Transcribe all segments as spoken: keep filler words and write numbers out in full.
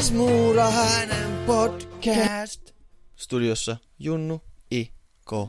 Ihmismuurahainen podcast. Studiossa Junnu Iko.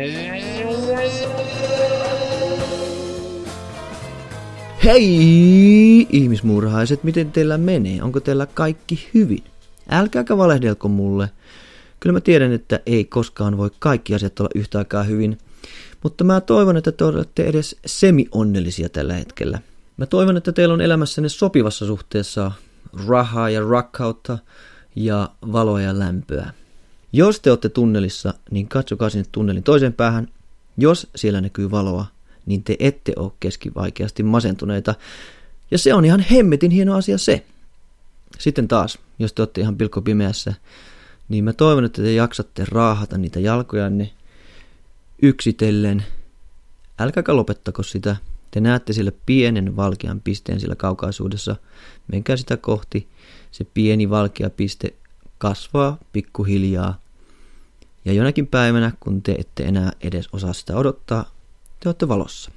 Hei ihmismuurahaiset, miten teillä menee? Onko teillä kaikki hyvin? Älkääkä valehdelko mulle. Kyllä mä tiedän, että ei koskaan voi kaikki asiat olla yhtä aikaa hyvin. Mutta mä toivon, että te olette edes semi-onnellisia tällä hetkellä. Mä toivon, että teillä on elämässänne sopivassa suhteessa rahaa ja rakkautta ja valoa ja lämpöä. Jos te olette tunnelissa, niin katsokaa sinne tunnelin toiseen päähän. Jos siellä näkyy valoa, niin te ette ole keskivaikeasti masentuneita. Ja se on ihan hemmetin hieno asia se. Sitten taas, jos te olette ihan pilkkopimeässä, niin mä toivon, että te jaksatte raahata niitä jalkojanne yksitellen. Älkääkä lopettako sitä. Te näette sillä pienen valkean pisteen sillä kaukaisuudessa. Menkää sitä kohti. Se pieni valkea piste kasvaa pikkuhiljaa. Ja jonakin päivänä, kun te ette enää edes osaa sitä odottaa, te olette valossa.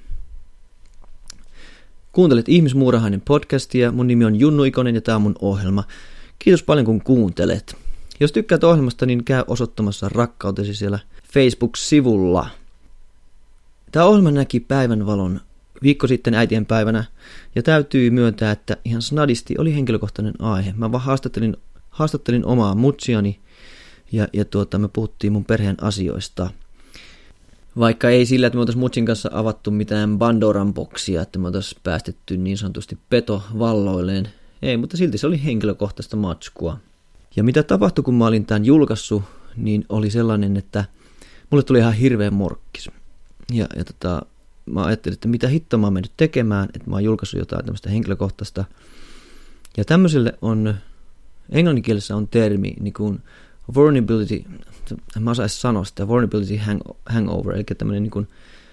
Kuuntelet Ihmismuurahainen podcastia. Mun nimi on Junnu Ikonen ja tää on mun ohjelma. Kiitos paljon kun kuuntelet. Jos tykkäät ohjelmasta, niin käy osoittamassa rakkautesi siellä Facebook-sivulla. Tämä ohjelma näki päivänvalon viikko sitten äitien päivänä, ja täytyy myöntää, että ihan snadisti oli henkilökohtainen aihe. Mä vaan haastattelin, haastattelin omaa mutsiani, ja, ja tuota, me puhuttiin mun perheen asioista. Vaikka ei sillä, että me oltaisiin mutsin kanssa avattu mitään Pandoran boksia, että me oltaisiin päästetty niin sanotusti peto valloilleen. Ei, mutta silti se oli henkilökohtaista matskua. Ja mitä tapahtui, kun mä olin tämän julkaissut, niin oli sellainen, että mulle tuli ihan hirveä morkkis. Ja, ja tota, mä ajattelin, että mitä hittoa mä oon mennyt tekemään, että mä oon julkaissut jotain tämmöistä henkilökohtaista. Ja tämmöiselle on, englanninkielessä on termi niin kuin vulnerability, mä osaisin sanoa sitä, vulnerability hang, hangover, eli tämmöinen niin kuin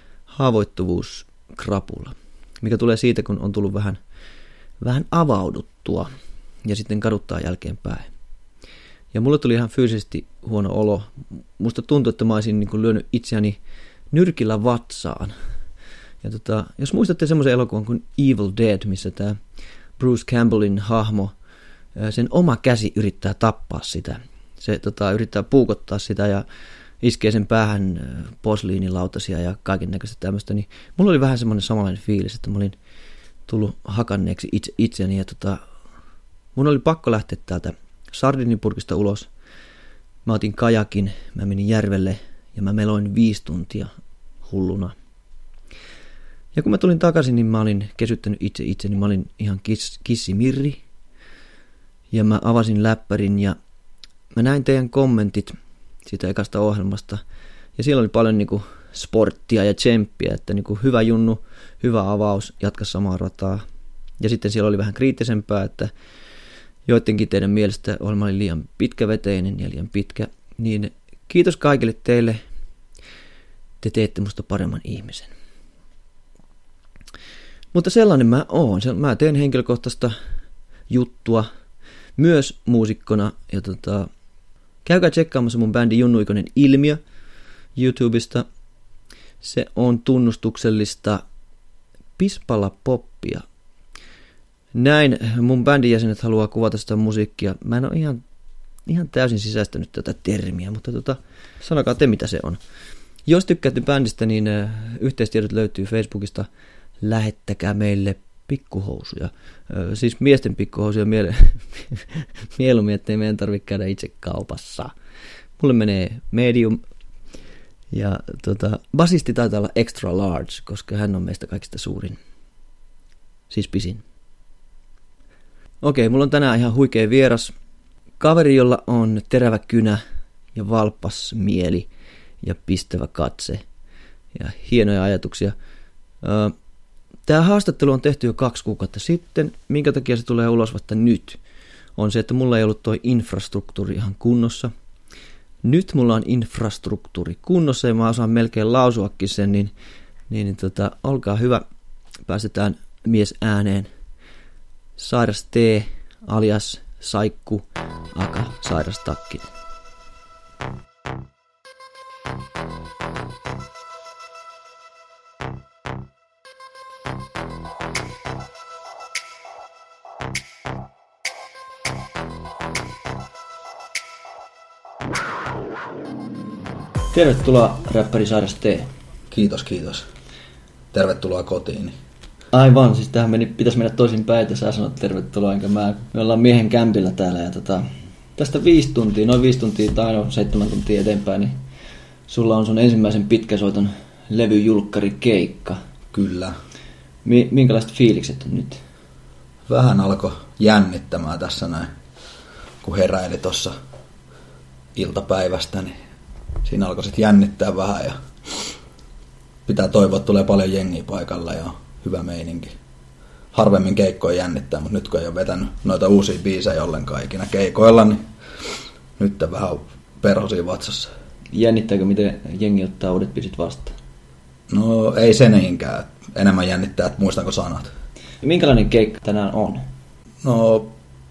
haavoittuvuuskrapula, mikä tulee siitä, kun on tullut vähän, vähän avauduttua ja sitten kaduttaa jälkeenpäin. Ja mulle tuli ihan fyysisesti huono olo. Musta tuntui, että mä olisin niin kuin lyönyt itseäni nyrkillä vatsaan. Ja tota, jos muistatte semmoisen elokuvan kuin Evil Dead, missä tämä Bruce Campbellin hahmo, sen oma käsi yrittää tappaa sitä. Se tota, yrittää puukottaa sitä ja iskee sen päähän posliinilautasia ja kaiken näköistä tämmöistä. Niin mulla oli vähän semmoinen samanlainen fiilis, että mä olin tullut hakanneeksi itse, itseäni. Ja tota, mun oli pakko lähteä täältä sardinipurkista ulos. Mä otin kajakin, mä menin järvelle ja mä meloin viisi tuntia hulluna. Ja kun mä tulin takaisin, niin mä olin kesyttänyt itse itseni, mä olin ihan kiss, kissimirri. Ja mä avasin läppärin ja mä näin teidän kommentit siitä ekasta ohjelmasta. Ja siellä oli paljon niinku sporttia ja tsemppiä, että niinku hyvä Junnu, hyvä avaus, jatka samaa rataa. Ja sitten siellä oli vähän kriittisempää, että joidenkin teidän mielestä ohjelma oli liian pitkäveteinen ja liian pitkä, niin kiitos kaikille teille. Te teette musta paremman ihmisen. Mutta sellainen mä oon. Mä teen henkilökohtaista juttua myös muusikkona. Ja tota, käykää tsekkaamassa mun bändi Junnu Ikonen Ilmiö YouTubesta. Se on tunnustuksellista pispalla poppia. Näin mun bändin jäsenet haluaa kuvata sitä musiikkia. Mä en ole ihan, ihan täysin sisäistänyt tätä termiä, mutta tota, sanokaa te mitä se on. Jos tykkäätte bändistä, niin äh, yhteistiedot löytyy Facebookista. Lähettäkää meille pikkuhousuja. Äh, siis miesten pikkuhousuja miele- mieluummin, ettei meidän tarvitse käydä itse kaupassa. Mulle menee medium ja tota, basisti taitaa olla extra large, koska hän on meistä kaikista suurin. Siis pisin. Okei, mulla on tänään ihan huikea vieras. Kaveri, jolla on terävä kynä ja valpas mieli ja pistävä katse ja hienoja ajatuksia. Tämä haastattelu on tehty jo kaksi kuukautta sitten. Minkä takia se tulee ulos vasta nyt? On se, että mulla ei ollut toi infrastruktuuri ihan kunnossa. Nyt mulla on infrastruktuuri kunnossa ja mä osaan melkein lausuakin sen, niin, niin, niin tota, olkaa hyvä. Päästetään mies ääneen. Sairas T, alias Saikku, aka Sairas Takkinen. Tervetuloa räppäri Sairas T. Kiitos, kiitos. Tervetuloa kotiin. Aivan, siis tähän meni, pitäisi mennä toisin päin, että sä sanot tervetuloa, enkä mä. Me ollaan miehen kämpillä täällä ja tota, tästä viisi tuntia, noin viisi tuntia tai no seitsemän tuntia eteenpäin, niin sulla on sun ensimmäisen pitkäsoiton levyjulkkari keikka. Kyllä. Mi- minkälaiset fiilikset on nyt? Vähän alkoi jännittämään tässä näin, kun heräili tuossa iltapäivästä, niin siinä alkoi sitten jännittää vähän ja pitää toivoa, että tulee paljon jengiä paikalla ja hyvä meininki. Harvemmin keikkoja jännittää, mutta nyt kun ei ole vetänyt noita uusia biisejä ollenkaan ikinä keikoilla, niin nyt on vähän perhosia vatsassa. Jännittääkö, miten jengi ottaa uudet biisit vastaan? No ei se niinkään. Enemmän jännittää, että muistanko sanat. Minkälainen keikka tänään on? No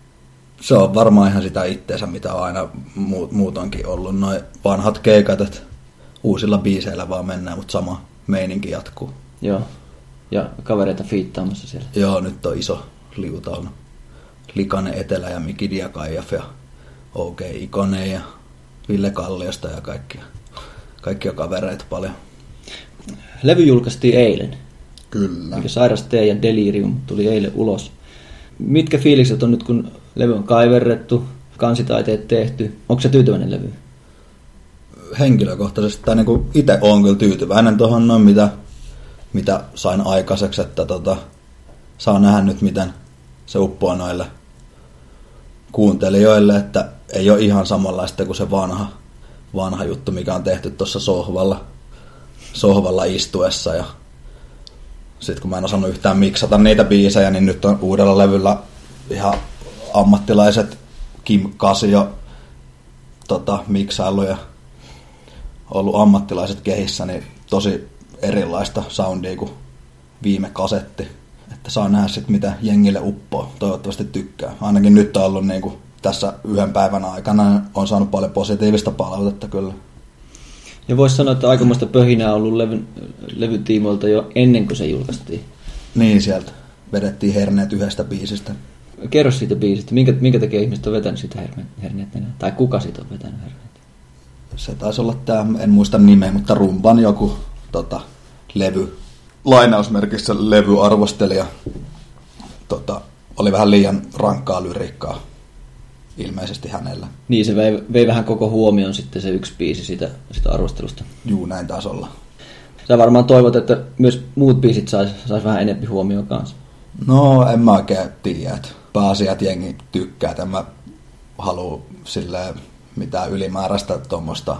se on varmaan ihan sitä itteensä, mitä on aina muutoinkin ollut. Noin vanhat keikat, että uusilla biiseillä vaan mennään, mutta sama meininki jatkuu. Joo. Ja kavereita fiittaamassa siellä. Joo, nyt on iso liutauna. Likanen Etelä ja Miki Diakaijaf ja O G Ikone ja Ville Kalliosta ja kaikkia. Kaikkia kavereita paljon. Levy julkaistiin eilen. Kyllä. Mikä Sairas T ja Delirium tuli eilen ulos. Mitkä fiilikset on nyt, kun levy on kaiverrettu, kansitaiteet tehty? Onko se tyytyväinen levy? Henkilökohtaisesti, tai niin itse olen kyllä tyytyväinen tuohon noin, mitä, mitä sain aikaiseksi, että tota, saan nähdä nyt, miten se uppoo noille kuuntelijoille, että ei ole ihan samanlaista kuin se vanha, vanha juttu, mikä on tehty tuossa sohvalla, sohvalla istuessa. Ja sitten kun mä en osannut yhtään miksata niitä biisejä, niin nyt on uudella levyllä ihan ammattilaiset Kim Casio tota, miksailu ja ollut ammattilaiset kehissä, niin tosi erilaista soundia kuin viime kasetti. Että saa nähdä sitten, mitä jengille uppoo. Toivottavasti tykkää. Ainakin nyt on ollut niin kuin tässä yhden päivän aikana on saanut paljon positiivista palautetta kyllä. Ja voisi sanoa, että aikamoista pöhinää on ollut levyn, levytiimoilta jo ennen kuin se julkaistiin. Niin, sieltä vedettiin herneet yhdestä biisistä. Kerro siitä biisistä. Minkä, minkä takia ihmiset on vetänyt sitä herneet enää? Tai kuka siitä on vetänyt herneet? Se taisi olla tämä, en muista nimeä, mutta Rumban joku tota, levy, lainausmerkissä levyarvostelija. Tota, oli vähän liian rankkaa lyriikkaa ilmeisesti hänellä. Niin, se vei, vei vähän koko huomioon sitten se yksi biisi siitä, siitä arvostelusta. Juu, näin taisi olla. Sä varmaan toivot, että myös muut biisit sais, sais vähän enemmän huomioon kanssa. No, en mä oikein tiedä. Että pääasia, että jengi tykkää. En mä halua silleen mitään ylimääräistä tuommoista.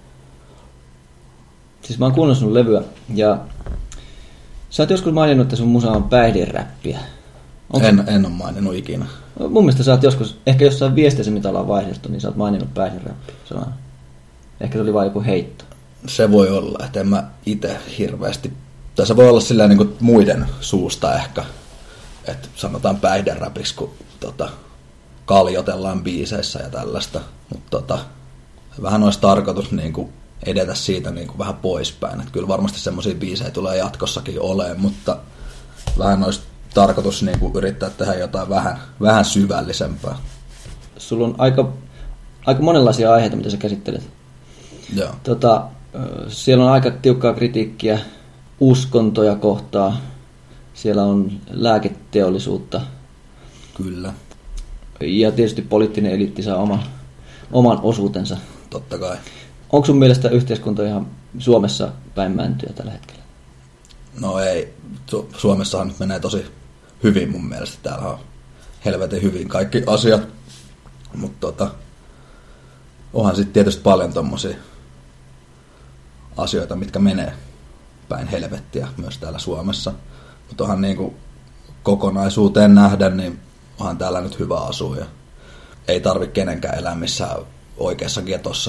Siis mä oon kuunnellut sun levyä ja sä oot joskus maininnut, että sun musa on päihderäppiä. En, en ole maininnut ikinä. Mun mielestä sä oot joskus, ehkä jossain viesteissä, mitä ollaan vaihdettu, niin sä oot maininnut päihderäppiä. Ehkä se oli vain joku heitto. Se voi olla, että en mä itse hirveästi, tai se voi olla silleen niin kuin muiden suusta ehkä, että sanotaan päihderäpiksi, kun tota, kaljotellaan biiseissä ja tällaista, mutta tota, vähän olisi tarkoitus niin kuin edetä siitä niin kuin vähän poispäin, että kyllä varmasti semmoisia biisejä tulee jatkossakin olemaan, mutta vähän olisi tarkoitus niin kuin yrittää tehdä jotain vähän, vähän syvällisempää. Sulla on aika, aika monenlaisia aiheita, mitä sä käsittelet. Joo. Tota, siellä on aika tiukkaa kritiikkiä uskontoja kohtaa. Siellä on lääketeollisuutta. Kyllä. Ja tietysti poliittinen eliitti saa oma, oman osuutensa. Totta kai. Onko sun mielestä yhteiskunta ihan Suomessa päin mäntyä tällä hetkellä? No ei. Su- Suomessahan nyt menee tosi hyvin mun mielestä. Täällä on helvetin hyvin kaikki asiat. Mutta tota, onhan sitten tietysti paljon tommosia asioita, mitkä menee päin helvettiä myös täällä Suomessa. Mutta onhan niinku kokonaisuuteen nähdä, niin onhan täällä nyt hyvä asua ja ei tarvitse kenenkään elää missään oikeassa getossa.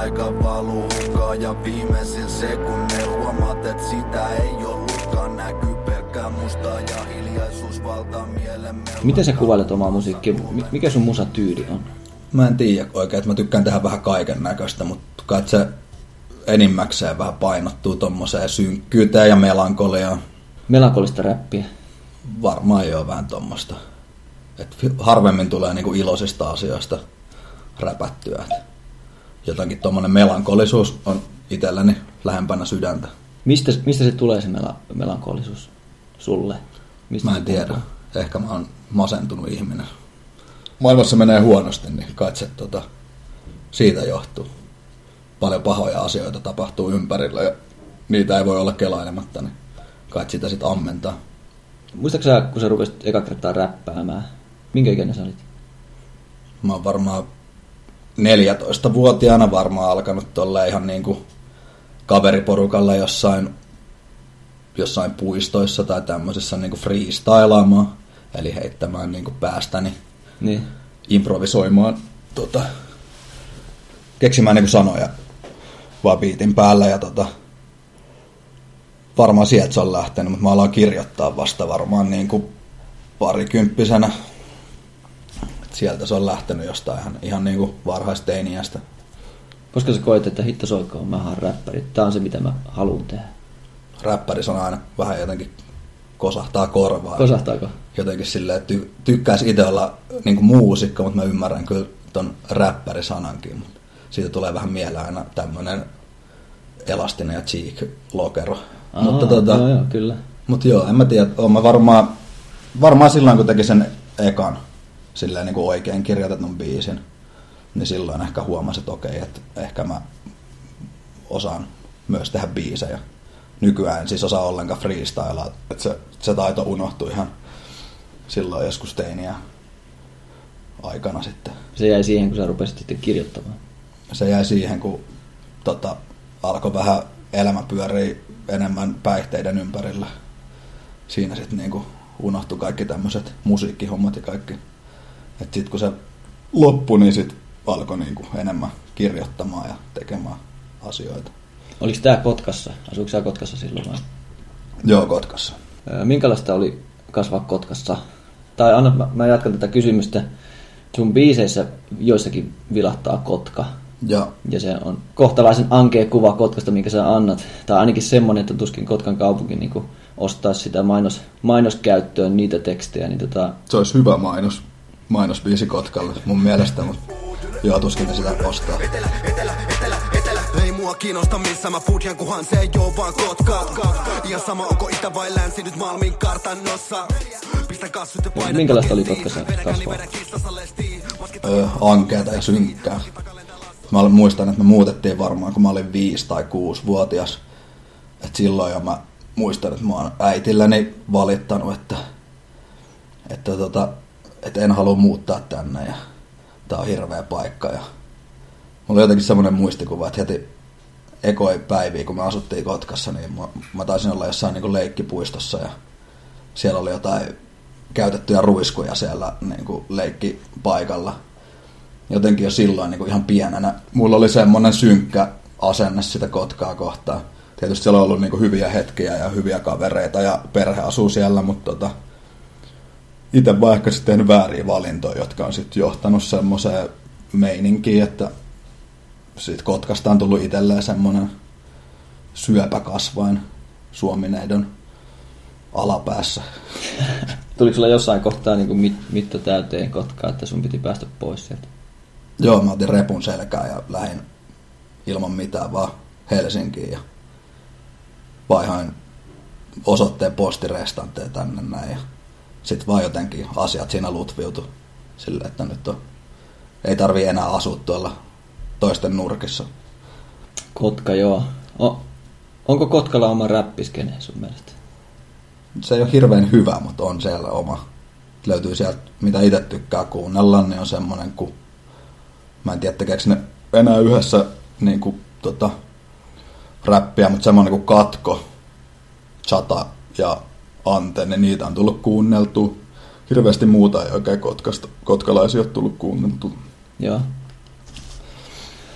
aika valuu hukkaan ja viimeisin sekunneilla huomaat, et sitä ei ollutkaan. Näkyy pelkkää mustaa ja hiljaisuus valtaa mielemme. Miten sä kuvailet omaa musiikkia? Mikä sun musatyyli on? Mä en tiedä oikein, että mä tykkään tehdä vähän kaiken näköistä, mutta kai se enimmäkseen vähän painottuu tommoseen synkkyyteen ja melankoliaan. Melankolista räppiä? Varmaan joo, vähän tommosta. Et harvemmin tulee niinku iloisista asioista räpättyä. Et jotenkin tommonen melankolisuus on itselläni lähempänä sydäntä. Mistä, mistä se tulee se mela, melankolisuus sulle? Mistä mä en tiedä. Puhutaan? Ehkä mä oon masentunut ihminen. Maailmassa menee huonosti, niin kai se tota, siitä johtuu. Paljon pahoja asioita tapahtuu ympärillä ja niitä ei voi olla kelailematta, niin kai sitä sit ammentaa. Muistatko sä, kun sä rupesit eka kertaa räppäämään? Minkä ikäinen sä olit? Mä oon varmaan neljätoistavuotiaana varmaan alkanut tolleen ihan niinku kaveriporukalla jossain, jossain puistoissa tai tämmöisessä niinku freestylaamaan. Eli heittämään niinku päästäni, niin. Improvisoimaan, tota, keksimään niinku sanoja vaan biitin päällä. Ja tota, varmaan sieltä se on lähtenyt, mutta mä aloin kirjoittaa vasta varmaan niinku parikymppisenä. Sieltä se on lähtenyt jostain ihan, ihan niinku varhaisteiniästä. Koska sä koet, että hitto soikkoon, mä oon räppäri. Tää on se, mitä mä haluan tehdä. Räppäris on aina vähän jotenkin kosahtaa korvaa. Kosahtaako? Jotenkin silleen, että ty- tykkäisi itse olla niinku muusikko, mutta mä ymmärrän kyllä ton räppärisanankin. Siitä tulee vähän mieleen aina tämmönen elastinen ja cheek-lokero. Aa, mutta tota, joo, joo, kyllä. Mutta joo, en mä tiedä, oon mä varmaan, varmaan silloin, kun teki sen ekan silleen niin kuin oikein kirjoitetun biisin, niin silloin ehkä huomasin, että okei, että ehkä mä osaan myös tehdä biisejä. Nykyään en siis osaa ollenkaan freestylaa, että se, se taito unohtui ihan silloin joskus teiniä aikana sitten. Se jäi siihen, kun sä rupesit sitten kirjoittamaan? Se jäi siihen, kun tota, alkoi vähän elämä pyöriä enemmän päihteiden ympärillä. Siinä sitten niinku unohtui kaikki tämmöiset musiikkihommat ja kaikki. Et sit kun se loppui, niin sit alkoi niinku enemmän kirjoittamaan ja tekemään asioita. Oliko tää Kotkassa? Asuiko sä Kotkassa silloin vai? Joo, Kotkassa. Minkälaista oli kasvaa Kotkassa? Tai anna, mä, mä jatkan tätä kysymystä. Sun biiseissä joissakin vilahtaa Kotka. Ja, ja se on kohtalaisen ankea kuva Kotkasta, minkä sä annat. Tai ainakin semmoinen, että tuskin Kotkan kaupunki niin ostaa sitä mainos, mainoskäyttöön niitä tekstejä. Niin tota... Se olisi hyvä mainos, mainosbiisi Kotkalle mun mielestä, mutta joo, tuskin sitä ostaa. Etelä, etelä, etelä, etelä. Ei mua kiinnosta missä mä pudjan, kunhan se ei oo vaan Kotka. Ihan sama onko itä vai länsi nyt Malmin kartanossa. Minkälaista oli Kotkassa kasvaa? Öö, ankeata ja synkkää. Mä muistan, että me muutettiin varmaan, kun mä olin viisi tai kuusi vuotias. Et silloin jo mä muistan, että mä oon äitilläni valittanut, että, että, tota, että en halua muuttaa tänne ja tää on hirveä paikka. Ja mulla oli jotenkin semmoinen muistikuva, että heti ekoi päiviä, kun me asuttiin Kotkassa, niin mä, mä taisin olla jossain niin kuin leikkipuistossa ja siellä oli jotain käytettyjä ruiskuja siellä niin kuin leikkipaikalla. Jotenkin jo silloin niin kuin ihan pienenä. Mulla oli semmoinen synkkä asenne sitä Kotkaa kohtaan. Tietysti siellä on ollut niin kuin hyviä hetkiä ja hyviä kavereita ja perhe asuu siellä, mutta tota, itse vaan ehkä sitten tehnyt vääriä valintoja, jotka on sitten johtanut semmoiseen meininkiin, että siitä Kotkasta on tullut itselleen semmoinen syöpäkasvain Suomineidon alapäässä. Tuliko sulla jossain kohtaa niin kuin mit, mitta täyteen Kotkaa, että sun piti päästä pois sieltä? Joo, mä otin repun selkään ja lähdin ilman mitään vaan Helsinkiin ja vaihoin osoitteen postirestantteja tänne näin ja sit vaan jotenkin asiat siinä lutviutui silleen, että nyt on, ei tarvii enää asua tuolla toisten nurkissa. Kotka, joo. O, onko Kotkalla oma räppiskene sun mielestä? Se ei ole hirveän hyvä, mutta on siellä oma. Löytyy sieltä, mitä itse tykkää kuunnella, niin on semmoinen, kun mä en tiedä, tekeekö ne enää yhdessä niin kuin, tota, räppiä, mutta semmoinen kuin Katko, Chata ja Ante, niin niitä on tullut kuunneltua. Hirveästi muuta ei oikein Kotkasta, kotkalaisia ole tullut kuunneltua. Joo.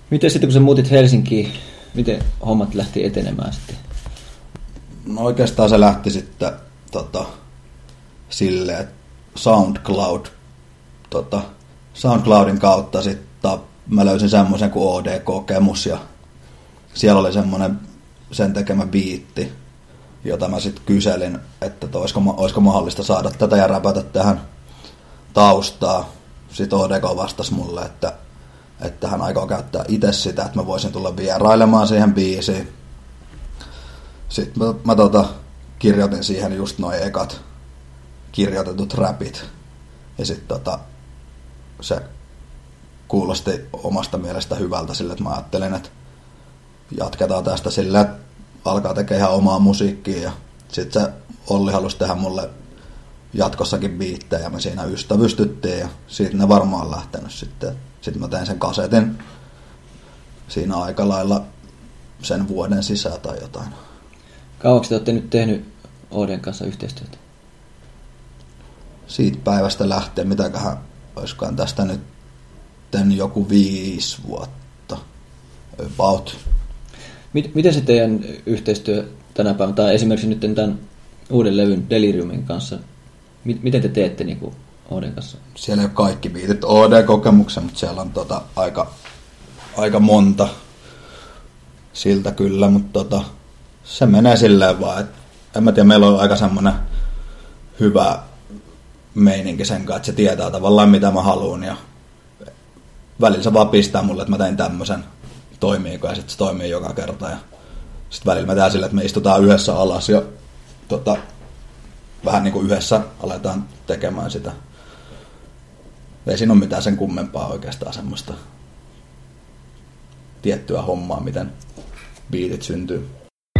Miten sitten kun sä muutit Helsinkiin, miten hommat lähti etenemään sitten? No oikeastaan se lähti sitten tota, silleen, että SoundCloud, tota, SoundCloudin kautta sitten mä löysin semmoisen kuin O D K-kemus ja siellä oli semmoinen sen tekemä biitti, jota mä sitten kyselin, että olisiko, olisiko mahdollista saada tätä ja räpätä tähän taustaa. Sitten O D K vastasi mulle, että, että hän aikoo käyttää itse sitä, että mä voisin tulla vierailemaan siihen biisiin. Sitten mä, mä tota, kirjoitin siihen just noin ekat kirjoitetut räpit. Ja sitten tota, se kuulosti omasta mielestä hyvältä sille, että mä ajattelin, että jatketaan tästä sillä, että alkaa tekemään ihan omaa musiikkia. Ja sitten se Olli halusi tehdä mulle jatkossakin biittejä ja me siinä ystävystyttiin ja siitä ne varmaan on lähtenyt sitten. Sitten mä tein sen kasetin siinä aika lailla sen vuoden sisään tai jotain. Kauaksi te olette nyt tehnyt Oden kanssa yhteistyötä? Siitä päivästä lähtien, mitäköhän olisikohan tästä nyt joku viisi vuotta. About. Miten se teidän yhteistyö tänä päivänä, tai esimerkiksi nyt tämän uuden levyn Deliriumin kanssa, miten te teette niin kuin Oden kanssa? Siellä ei ole kaikki biitit O D-kokemuksen, mutta siellä on tota aika, aika monta siltä kyllä, mutta tota, se menee silleen vaan, että en mä tiedä, meillä on aika semmoinen hyvä meininki sen kanssa, että se tietää tavallaan mitä mä haluun ja välillä se vaan pistää mulle, että mä tein tämmöisen toimiiko ja sitten se toimii joka kerta ja sitten välillä mä tehdään sille, että me istutaan yhdessä alas ja tota, vähän niin kuin yhdessä aletaan tekemään sitä. Ei siinä ole mitään sen kummempaa oikeastaan semmoista tiettyä hommaa, miten biitit syntyy.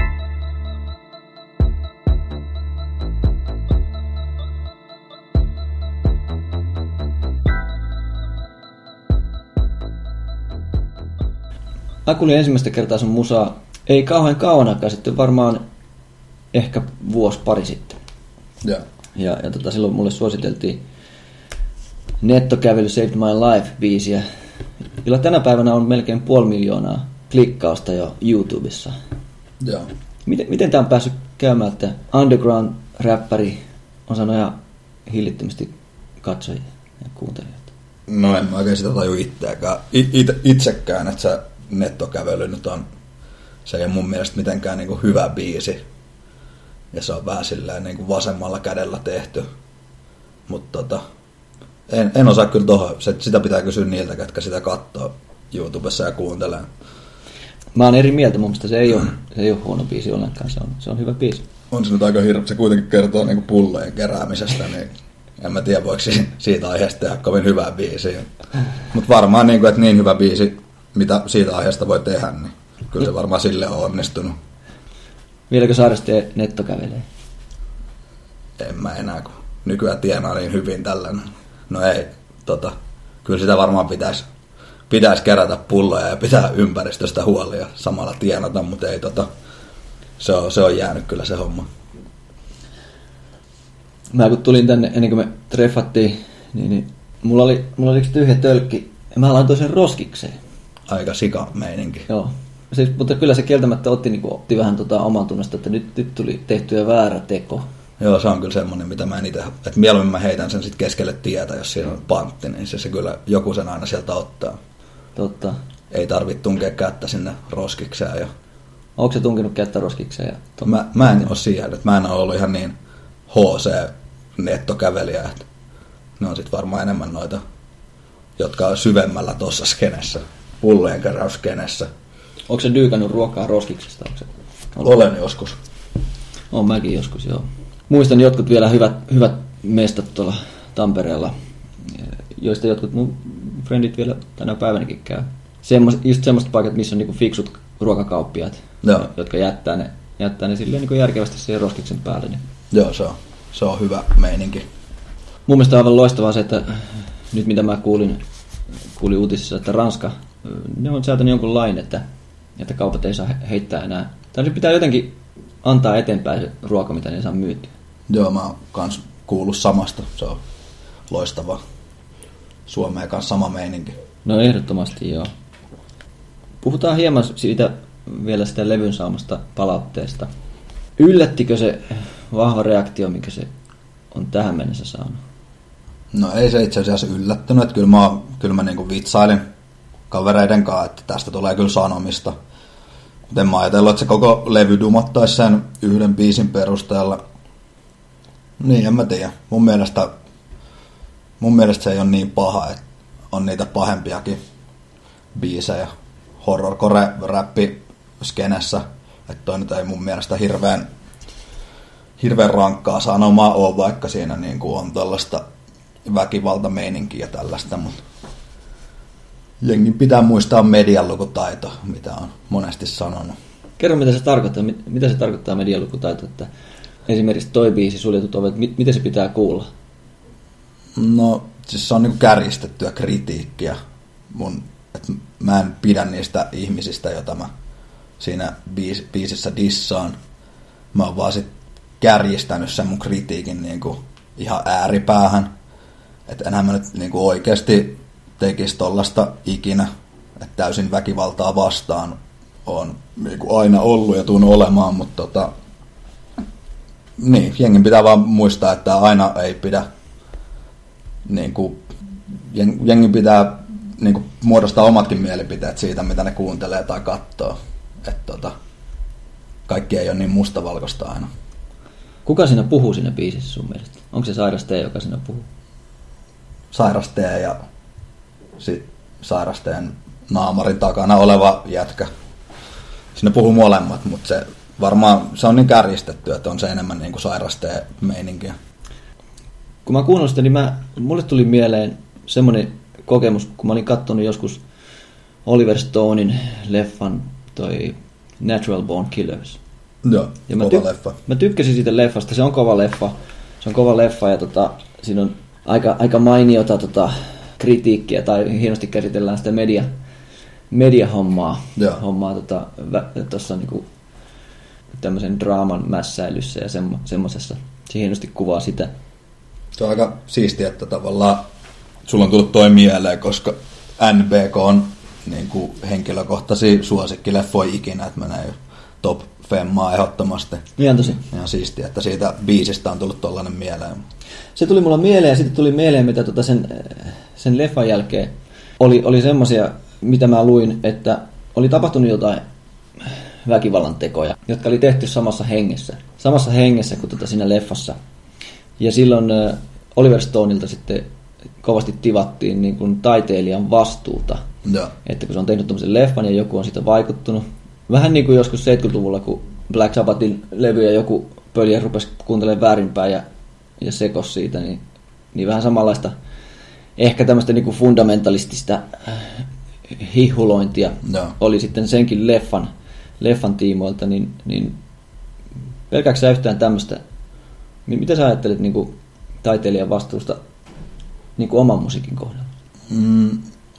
Mä kuulin ensimmäistä kertaa sun musaa ei kauhean kauan aikaa sitten, varmaan ehkä vuosi pari sitten. Ja, ja, ja tota, silloin mulle suositeltiin Nettokävely Saved My Life-biisiä, jolla tänä päivänä on melkein puoli miljoonaa klikkausta jo YouTubessa. ja. Miten, miten tää on päässyt käymään, että underground-räppäri on saanut ihan hillittömästi katsojia ja kuuntelijoita? No en mä oikein sitä taju itseäkään. It, it, itsekään, että se Nettokävely nyt on, se ei ole mun mielestä mitenkään niin kuin hyvä biisi. Ja se on vähän silleen niin kuin vasemmalla kädellä tehty. Mutta tota, en, en osaa kyllä tohon. Se, sitä pitää kysyä niiltä, ketkä sitä katsoo YouTubessa ja kuuntelee. Mä oon eri mieltä, mun mielestä se ei ole, se ei ole huono biisi ollenkaan, se on, se on hyvä biisi. On se nyt aika hirveä, se kuitenkin kertoo niin kuin pullojen keräämisestä, niin en mä tiedä voiko siitä aiheesta tehdä kovin hyvää biisiä. Mutta varmaan niin kuin, että niin hyvä biisi, mitä siitä aiheesta voi tehdä, niin kyllä se varmaan sille on onnistunut. Vieläkö Saaresta nettokävelee? En mä enää, kun nykyään tienaa niin hyvin tällainen. No ei, tota, kyllä sitä varmaan pitäisi pitäis kerätä pulloja ja pitää ympäristöstä huolia samalla tienata, mutta ei tota, se on, se on jäänyt kyllä se homma. Mä kun tulin tänne ennen kuin me treffattiin, niin, niin mulla oli, mulla oli yksi tyhjä tölkki ja mä laitoin sen roskikseen. Aika sika meininki. Joo. Siis, mutta kyllä se kieltämättä otti, niin otti vähän tota oman tunnosta, että nyt, nyt tuli tehtyä väärä teko. Joo, se on kyllä semmoinen, mitä mä en itse, että mieluummin mä heitän sen sitten keskelle tietä, jos siinä on pantti, niin se, se kyllä joku sen aina sieltä ottaa. Totta. Ei tarvitse tunkea kättä sinne roskikseen. Ja... Onko se tunkenut kättä roskikseen? Ja mä, mä en ole siihen, että mä en ole ollut ihan niin H C-nettokävelijä, että ne on sitten varmaan enemmän noita, jotka on syvemmällä tuossa skenessä, pullojen keräysskenessä. Onko se dyykannut ruokaa roskiksesta? Onko se... Olen joskus. Olen mäkin joskus, joo. Muistan jotkut vielä hyvät, hyvät mestat tuolla Tampereella, joista jotkut mun friendit vielä tänä päivänäkin käy. Semmos, just semmoista paikat, missä on niinku fiksut ruokakauppiaat, Joo. jotka jättää ne, jättää ne silleen niinku järkevästi siihen roskiksen päälle. Niin. Joo, se on, se on hyvä meininki. Mun mielestä on aivan loistavaa se, että nyt mitä mä kuulin, kuulin uutisissa, että Ranska, ne on säätänyt jonkun lain, että, että kaupat ei saa heittää enää. Tai se pitää jotenkin antaa eteenpäin se ruoka, mitä ne saa myytyä. Joo, mä oon kans kuullut samasta. Se on loistavaa. Suomeen kanssa sama meininki. No ehdottomasti joo. Puhutaan hieman siitä vielä sitä levyn saamasta palautteesta. Yllättikö se vahva reaktio, mikä se on tähän mennessä saanut? No ei se itse asiassa yllättynyt. Että kyllä mä, kyllä mä niinku vitsailin kavereiden kanssa, että tästä tulee kyllä sanomista. Mutta en mä ajatellut, että se koko levy dumottaisi sen yhden biisin perusteella. Niin, en mä tiedä. Mun mielestä, mun mielestä se ei ole niin paha, että on niitä pahempiakin biisejä horrorcore-räppi skenessä. Että toi nyt ei mun mielestä hirveän, hirveän rankkaa sanomaa ole, vaikka siinä niin kuin on tällaista väkivaltameininkiä ja tällaista. Mutta jengin pitää muistaa medianlukutaito, mitä on monesti sanonut. Kerro, mitä se tarkoittaa, mitä se tarkoittaa medianlukutaito, että esimerkiksi toi biisi, Suljetut ovet, miten se pitää kuulla? No, siis se on niin kärjistettyä kritiikkiä. Mun, et mä en pidä niistä ihmisistä, joita mä siinä biis, biisissä dissaan. Mä oon vaan sit kärjistänyt sen mun kritiikin niin kuin ihan ääripäähän. Että enhän mä nyt niin kuin oikeasti tekisi tollasta ikinä. Että täysin väkivaltaa vastaan on niin kuin aina ollut ja tuun olemaan, mutta tota, niin, jengin pitää vaan muistaa, että aina ei pidä niin kuin, jengin pitää niin kuin, muodostaa omatkin mielipiteet siitä, mitä ne kuuntelee tai katsoo. Että tota, kaikki ei ole niin mustavalkoista aina. Kuka siinä puhuu siinä biisissä sun mielestä? Onko se Sairas T, joka siinä puhuu? Sairas T ja sit Sairas T:n naamarin takana oleva jätkä. Siinä puhuu molemmat, mutta se varmaan se on niin kärjistetty, että on se enemmän niin kuin Sairas T-meininkiä. Kun mä kuunnelin sitä, niin mä, mulle tuli mieleen semmoinen kokemus, kun mä olin katsonut joskus Oliver Stonein leffan toi Natural Born Killers. Joo, ja kova mä ty- leffa. Mä tykkäsin siitä leffasta, se on kova leffa. Se on kova leffa ja tota, siinä on aika, aika mainiota tota, kritiikkiä tai hienosti käsitellään sitä media, mediahommaa. Hommaa tota, tuossa niinku tämmöisen draaman mässäilyssä ja semmo, semmosessa. Se hienosti kuvaa sitä. Se on aika siistiä, että tavallaan sulla on tullut toi mieleen, koska N B K on niin kuin henkilökohtaisia suosikkileffoja ikinä, että menee jo top femmaa ehdottomasti. Ihan tosi. Ihan siistiä, että siitä biisistä on tullut tollainen mieleen. Se tuli mulla mieleen ja sitten tuli mieleen, mitä tota sen, sen leffan jälkeen oli, oli semmoisia, mitä mä luin, että oli tapahtunut jotain väkivallan tekoja, jotka oli tehty samassa hengessä. Samassa hengessä kuin tota siinä leffassa. Ja silloin Oliver Stoneilta sitten kovasti tivattiin niin kuin taiteilijan vastuuta. Ja. Että kun se on tehnyt tämmöisen leffan ja joku on siitä vaikuttunut. Vähän niin kuin joskus seitsemänkymmentäluvulla, kun Black Sabbathin levyjä joku pöljä rupesi kuuntelemaan väärinpäin ja, ja sekos siitä, niin, niin vähän samanlaista ehkä tämmöistä niin kuin fundamentalistista hihulointia ja. Oli sitten senkin leffan, leffan tiimoilta, niin, niin pelkääkö sä yhtään tämmöistä? Mitä sä ajattelet niin kuin taiteilijan vastuusta niin kuin oman musiikin kohdalla? Mm,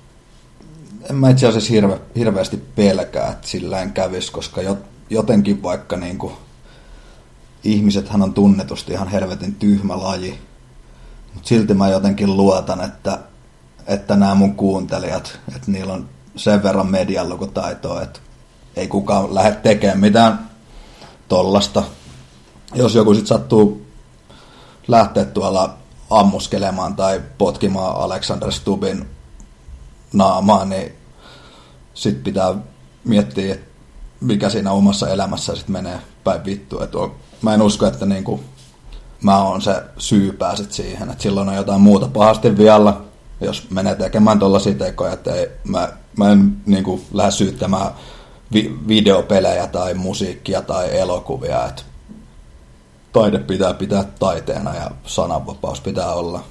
en mä itse asiassa hirve, hirveästi pelkää, että sillään kävisi, koska jotenkin vaikka niin kuin, ihmisethän on tunnetusti ihan helvetin tyhmä laji, mutta silti mä jotenkin luotan, että, että nämä mun kuuntelijat, että niillä on sen verran medianlukutaitoa, että ei kukaan lähde tekemään mitään tollasta. Jos joku sit sattuu lähteä tuolla ammuskelemaan tai potkimaan Alexander Stubbin naamaa, niin sit pitää miettiä, että mikä siinä omassa elämässä sit menee päin vittua. Mä en usko, että niinku, mä oon se syypää sit siihen, että silloin on jotain muuta pahasti vialla, jos menee tekemään tollaisia tekoja, että ei, mä, mä en niinku lähde syyttämään vi- videopelejä tai musiikkia tai elokuvia, että taide pitää pitää taiteena ja sananvapaus pitää olla.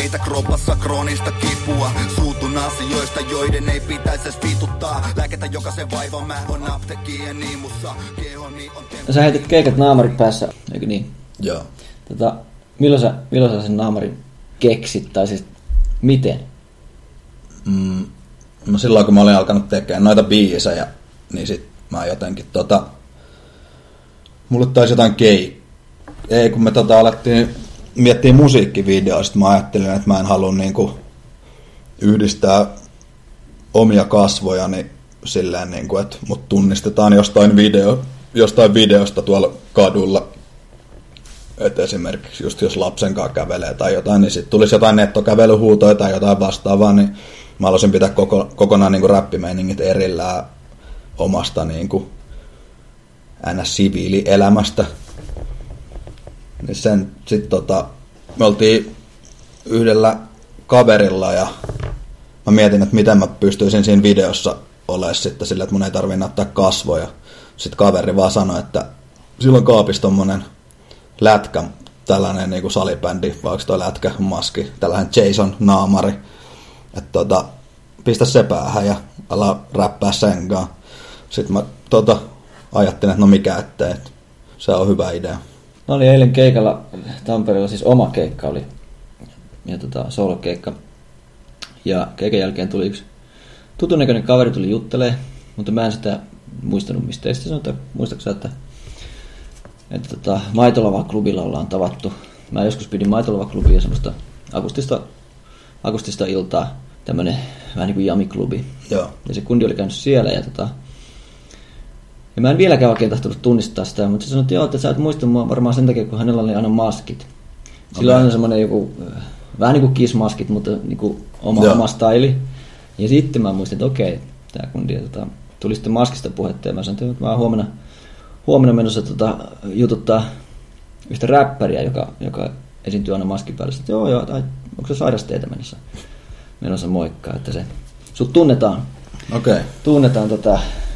Heitä kropassa kroonista kipua. Suutun asioista, joiden ei pitäisi edes vituttaa. Lääketä jokaisen vaivan, mä on apteekkien niimussa. Kehoni on tempo. Sä heitit keikat naamarit päässä, eikö niin? Joo. Tota, milloin, sä, milloin sä sen naamarin keksit, tai siis miten? Mm, no silloin kun mä olin alkanut tekemään noita biisejä, niin sit mä jotenkin tota... Mulle taisi jotain kei... Ei, kun me tota alettiin miettiä musiikkivideoa, sit mä ajattelin, että mä en halua niinku yhdistää omia kasvojani silleen niinku, että mut tunnistetaan jostain, video, jostain videosta tuolla kadulla. Että esimerkiksi just jos lapsen kanssa kävelee tai jotain, niin sitten tulisi jotain nettokävelyhuutoja tai jotain vastaavaa, niin mä haluaisin pitää koko, kokonaan niinku räppimeiningit erillään omasta niinku ns-siviilielämästä. Niin sen sit tota, me oltiin yhdellä kaverilla ja mä mietin, että miten mä pystyisin siinä videossa olemaan sitten sillä, että mun ei tarvitse näyttää kasvoja. Sitten kaveri vaan sanoi, että silloin kaapissa tommonen lätkä, tällainen niinku salibändi, vaikka toi lätkä, maski, tällainen Jason naamari, että tota, pistä se päähän ja ala räppää sen kanssa. Sitten mä tota, ajattelin, että no mikä ettei, että se on hyvä idea. No oli eilen keikalla Tampereella, siis oma keikka oli, ja tota, solo-keikka. Ja keikan jälkeen tuli yksi tutun näköinen kaveri tuli juttelee, mutta mä en sitä muistanut mistä. Ja sitten sanoin, että muistatko sä, että että tota, Maitolava-klubilla ollaan tavattu. Mä joskus pidin Maitolava-klubia semmoista akustista, akustista iltaa, tämmönen vähän niin kuin jamiklubi. Joo. Ja se kundi oli käynyt siellä ja tota... Ja mä en vieläkään oikein tahtonut tunnistaa sitä, mutta se sanoi, että joo, että sä et muista mua varmaan sen takia, kun hänellä oli aina maskit. Sillä on aina semmoinen joku, vähän niin kuin Kiss-maskit, mutta niin kuin oma, oma styli. Ja sitten mä muistin, että okei, tää kundi, ja tota, tuli sitten maskista puhetta, ja mä sanoin, että mä oon huomenna, huomenna menossa tota, jututtaa yhtä räppäriä, joka, joka esiintyy aina maskin päällä. Sitten, joo, joo, tai onko se sairasteita menossa, menossa moikkaa, että se, sut tunnetaan. Okei. Okay. Tunnetaan tota...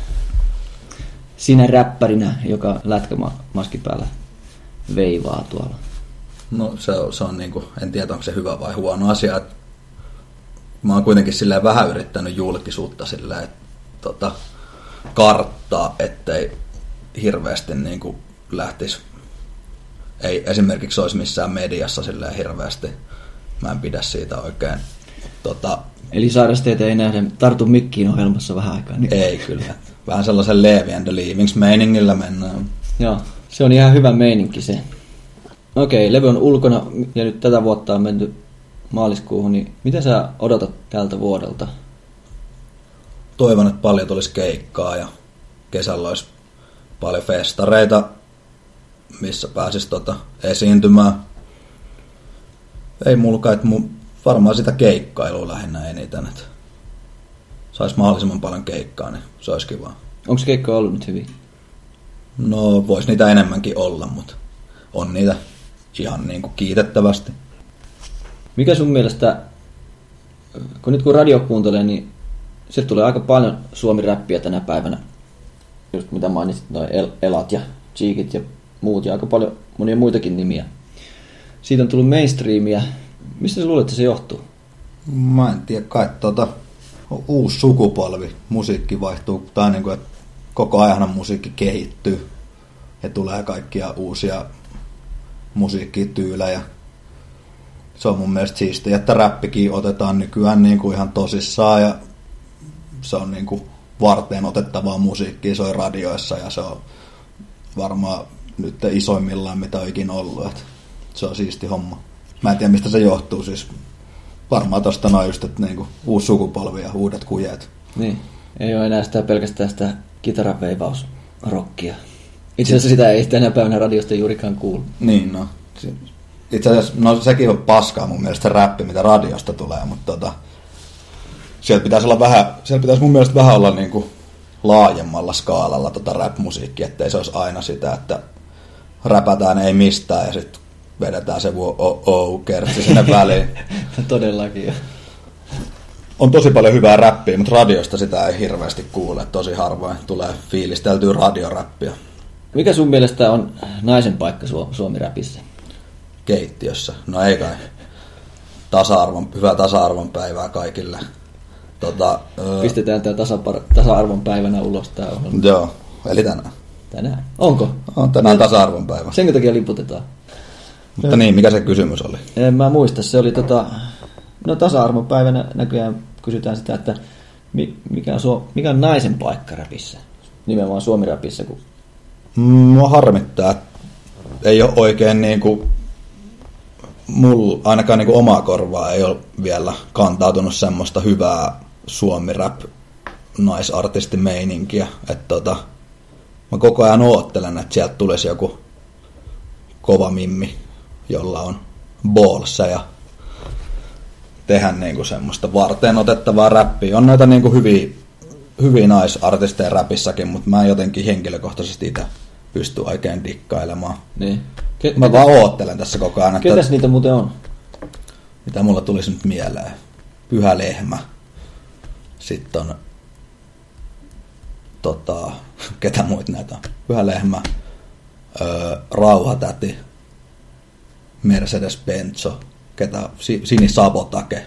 sinä räppärinä, joka lätkämaski päällä veivaa tuolla. No se on, se on niinku, en tiedä onko se hyvä vai huono asia. Mä oon kuitenkin silleen vähän yrittänyt julkisuutta silleen, että tota, karttaa, ettei hirveästi niinku lähtisi, ei esimerkiksi olisi missään mediassa silleen hirveästi. Mä en pidä siitä oikein. Tota, Eli sairasteita ei nähdä, tartu mikkiin ohjelmassa vähän aikaa. Niin. Ei kyllä. Vähän sellaisen Levi and the Leavings meiningillä mennään. Joo, se on ihan hyvä meininki se. Okei, levy on ulkona ja nyt tätä vuotta on menty maaliskuuhun, niin mitä sä odotat tältä vuodelta? Toivon, että paljon tulisi keikkaa ja kesällä olisi paljon festareita, missä pääsisi tota esiintymään. Ei mulka, että mun, varmaan sitä keikkailua lähinnä eniten, että saisi mahdollisimman paljon keikkaa, niin se olisi kiva. Onko se keikka ollut nyt hyvin? No, voisi niitä enemmänkin olla, mutta on niitä ihan niin kuin kiitettävästi. Mikä sun mielestä, kun nyt kun radio kuuntelee, niin sieltä tulee aika paljon suomi-räppiä tänä päivänä. Just mitä mainitsit, noin El- Elat ja Cheekit ja muut, ja aika paljon monia muitakin nimiä. Siitä on tullut mainstreamia. Mistä sä luulet, että se johtuu? Mä en tiedä, kai tuota, uusi sukupolvi, musiikki vaihtuu, tai niin kuin, että koko ajan musiikki kehittyy ja tulee kaikkia uusia musiikkityylejä. Se on mun mielestä siistiä, että räppikin otetaan nykyään niin kuin ihan tosissaan ja se on niin kuin varteen otettavaa musiikkia, soi radioissa ja se on varmaan nyt isoimmillaan mitä on ikinä ollut. Että se on siisti homma. Mä en tiedä mistä se johtuu, siis varmaan tosta noin just, että niinku uusi sukupolvi ja uudet kujet. Niin, ei ole enää sitä pelkästään sitä kitaraveivausrockia. Itse asiassa sitä ei tänä päivänä radiosta juurikaan kuulu. Niin, no. Itse asiassa, no sekin on paskaa mun mielestä se räppi, mitä radiosta tulee, mutta tota, sieltä pitäisi olla vähän, sieltä pitäisi mun mielestä vähän olla niinku laajemmalla skaalalla tota rap-musiikkia, ettei se olisi aina sitä, että räpätään ei mistään ja sitten vedetään se o-o-kertsi sinne väliin. Todellakin. On tosi paljon hyvää räppiä, mutta radiosta sitä ei hirveästi kuule. Tosi harvoin tulee fiilisteltyä radioräppiä. Mikä sun mielestä on naisen paikka Su- Suomi-räpissä? Keittiössä. No ei kai. tasa-arvon, hyvää tasa-arvon päivää kaikille. Tota, Pistetään tämä tasapar- tasa-arvon päivänä ulos tää ohjelma. Joo, eli tänään. Tänään. Onko? On tänään tasa-arvon päivä. Senkö takia liputetaan? Mutta niin, mikä se kysymys oli? En mä muista, se oli tota... No tasa-arvon päivänä näköjään kysytään sitä, että mikä on, suo, mikä on naisen paikka räpissä? Nimenomaan suomi-räpissä. Kun... Mua harmittaa, että ei ole oikein niinku... Mulla ainakaan niinku omaa korvaa ei ole vielä kantautunut semmoista hyvää suomi-rap naisartistimeininkiä. Että tota... Mä koko ajan oottelen, että sieltä tulisi joku kova mimmi, jolla on ballseja. Tehdä niinku semmoista varten otettavaa räppiä. On noita niinku hyviä, hyviä naisartisteja räpissäkin, mutta mä en jotenkin henkilökohtaisesti itse pysty oikein dikkailemaan. Niin. Ke- mä vaan oottelen tässä koko ajan. Että ketäs niitä muuten on? Mitä mulla tulisi nyt mieleen? Pyhä Lehmä. Sitten on... Tota, ketä muita näitä on? Pyhä Lehmä. Öö, Rauhatäti. Mercedes Benzo. Ketä, Sini Sabotake.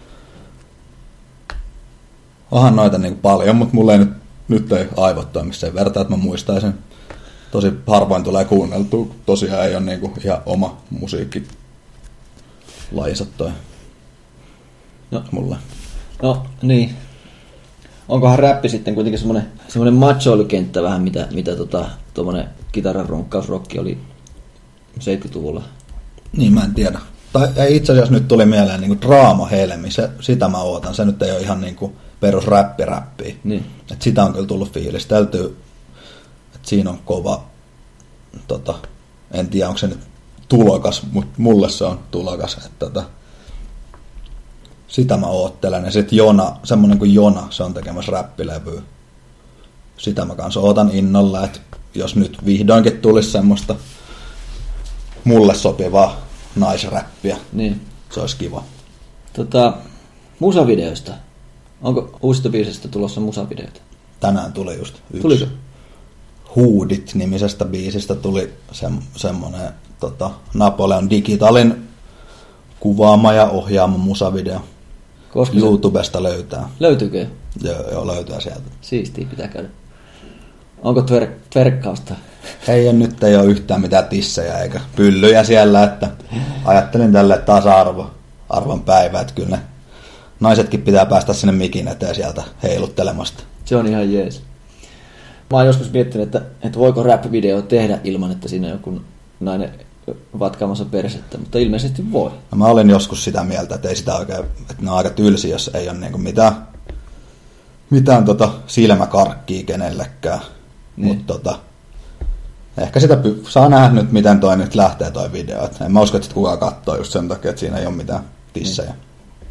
Onhan noita niin paljon, mutta mulla ei nyt, nyt ei aivot toimi sen verran, että mä muistaisin. Tosi harvoin tulee kuunneltua. Tosiaan ei ole niin kuin ihan oma musiikki lajinsa toi. No. Mulle. No niin. Onkohan räppi sitten kuitenkin semmoinen, semmoinen machoilukenttä vähän, mitä, mitä tota, tuommoinen kitaran runkkausrokki oli seitsemänkymmentäluvulla? Niin, mä en tiedä. Tai ei, itse asiassa nyt tuli mieleen niin kuin Draama Helmi, se, sitä mä ootan. Se nyt ei ole ihan niin kuin perus räppi-räppiä. Niin. Et sitä on kyllä tullut fiilisteltyä, että siinä on kova, tota, en tiedä onko se nyt tulokas, mutta mulle se on tulokas. Että, tota, sitä mä oottelen. Ja sitten Jona, semmonen kuin Jona, se on tekemässä räppilevyä. Sitä mä kanssa ootan innolla, että jos nyt vihdoinkin tulisi semmoista mulle sopivaa naisräppiä. Niin. Se olisi kiva. Tota, musavideoista. Onko uusista biisistä tulossa musavideoita? Tänään tuli just yksi. Tuliko? Huudit-nimisestä biisistä tuli se, semmoinen tota, Napoleon Digitalin kuvaama ja ohjaama musavideo. Koska YouTubesta se... löytää. Löytyykö? Joo, joo, löytää sieltä. Siistii, pitää käydä. Onko tver- tverkkausta? Ei, nyt ei ole yhtään mitään tissejä eikä pyllyjä siellä, että ajattelin tälle tasa-arvo, arvon päivä, että kyllä ne naisetkin pitää päästä sinne mikin eteen sieltä heiluttelemasta. Se on ihan jees. Mä oon joskus miettinyt, että, että voiko rap-video tehdä ilman, että siinä on joku nainen vatkaamassa persettä, mutta ilmeisesti voi. No, mä olin joskus sitä mieltä, että ei sitä oikein, että ne on aika tylsiä, jos ei ole niinku mitään, mitään tota silmäkarkkia kenellekään. Niin. Mutta tota, ehkä sitä py- saa nähdä nyt, miten toi nyt lähtee toi video. Et en mä usko, että kukaan katsoo just sen takia, että siinä ei ole mitään tissejä. Niin.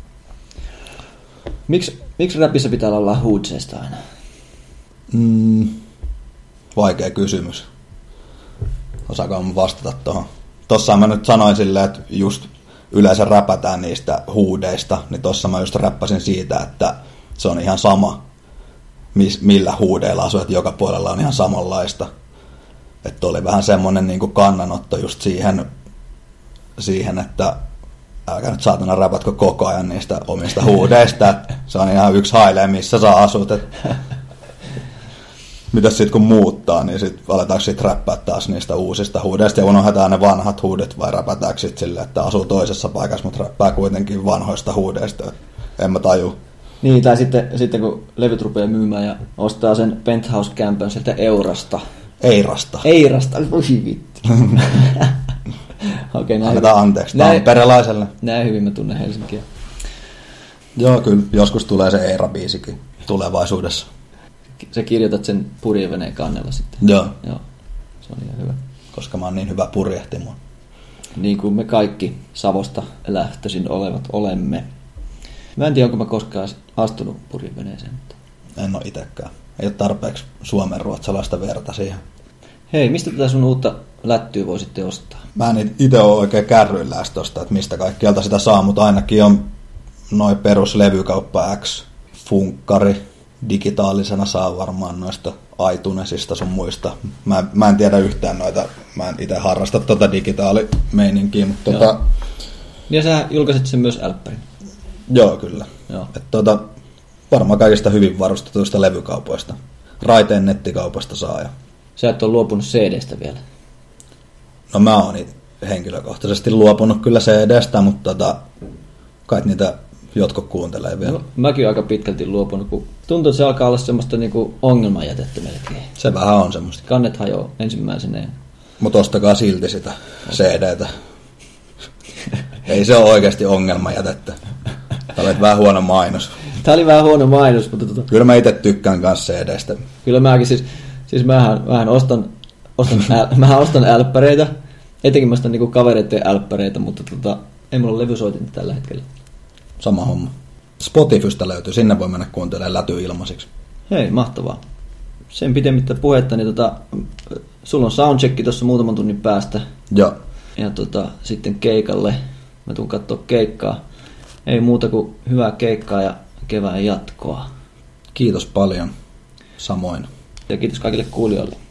Miks, miksi rapissa pitää olla huudseista aina? Mm, vaikea kysymys. Osaako mä vastata tuohon? Tossa mä nyt sanoin silleen, että just yleensä räpätään niistä huudeista, niin tossa mä just räppäsin siitä, että se on ihan sama, millä huudeilla asuu, että joka puolella on ihan samanlaista. Että oli vähän semmoinen niin kuin kannanotto just siihen, siihen, että älkää nyt saatana räpätkö koko ajan niistä omista huudeista, että se on ihan yksi hailee, missä sä asut. Että mitäs sitten kun muuttaa, niin sitten aletaanko sitten räppää taas niistä uusista huudeista ja unohdetaan ne vanhat huudet vai räpätäänkö sitten silleen, että asuu toisessa paikassa, mutta räppää kuitenkin vanhoista huudeista. En mä taju. Niin, tai sitten, sitten kun levyt rupeaa myymään ja ostaa sen penthouse-kämpön sieltä Eurasta. Eirasta. Eirasta, oi vittu. Okei, näin. Annetaan anteeksi tamperelaiselle. Näin hyvin mä tunnen Helsinkiä. Joo, kyllä joskus tulee se Eira-biisikin tulevaisuudessa. Sä kirjoitat sen purjeveneen kannella sitten. Joo. Joo, se on ihan hyvä. Koska mä oon niin hyvä purjehtimo. Niin kuin me kaikki Savosta lähtöisin olevat olemme. Mä en tiedä, onko mä koskaan astunut purjeveneeseen. Mutta... En ole itekään. Ei ole tarpeeksi suomenruotsalaista verta siihen. Hei, mistä tätä sun uutta lättyä voisitte ostaa? Mä en itse ole oikein kärryillään tosta, että mistä kaikkialta sitä saa, mutta ainakin on noin peruslevykauppa X, funkkari, digitaalisena saa varmaan noista iTunesista sun muista. Mä, mä en tiedä yhtään noita, mä en itse harrasta tota digitaalimeininkiä, mutta tota, Ja sä julkaisit sen myös älppärin. Joo, kyllä. Joo. Et tuota, varmaan kaikista hyvin varustetuista levykaupoista. Raiteen nettikaupasta saa. Ja... Sä et ole luopunut C D:stä vielä. No mä oon henkilökohtaisesti luopunut kyllä C D:stä, mutta tota, kai niitä jotkut kuuntelee vielä. No, mäkin olen aika pitkälti luopunut, kun tuntuu, että se alkaa olla semmoista niinku ongelmanjätettä melkein. Se vähän on semmoista. Kannet hajoaa ensimmäisenä. Mutta ostakaa silti sitä C D:tä. Ei se ole oikeasti ongelmanjätettä. Tämä oli vähän huono mainos. Tämä oli vähän huono mainos, mutta tota... Kyllä mä itse tykkään kanssa C D:stä. Kyllä mäkin siis, siis mähän, mähän ostan, ostan, äl, mähän ostan älppäreitä. Etenkin mä ostan niinku kavereiden älppäreitä, mutta tota, ei mulla ole levysoitinta tällä hetkellä. Sama homma. Spotifysta löytyy, sinne voi mennä kuuntelemaan lätyä ilmaiseksi. Hei, mahtavaa. Sen pitemmittä puhetta, niin tota, sulla on soundchecki tuossa muutaman tunnin päästä. Joo. Ja tota, sitten keikalle. Mä tuun kattoo keikkaa. Ei muuta kuin hyvää keikkaa ja kevään jatkoa. Kiitos paljon. Samoin. Ja kiitos kaikille kuulijoille.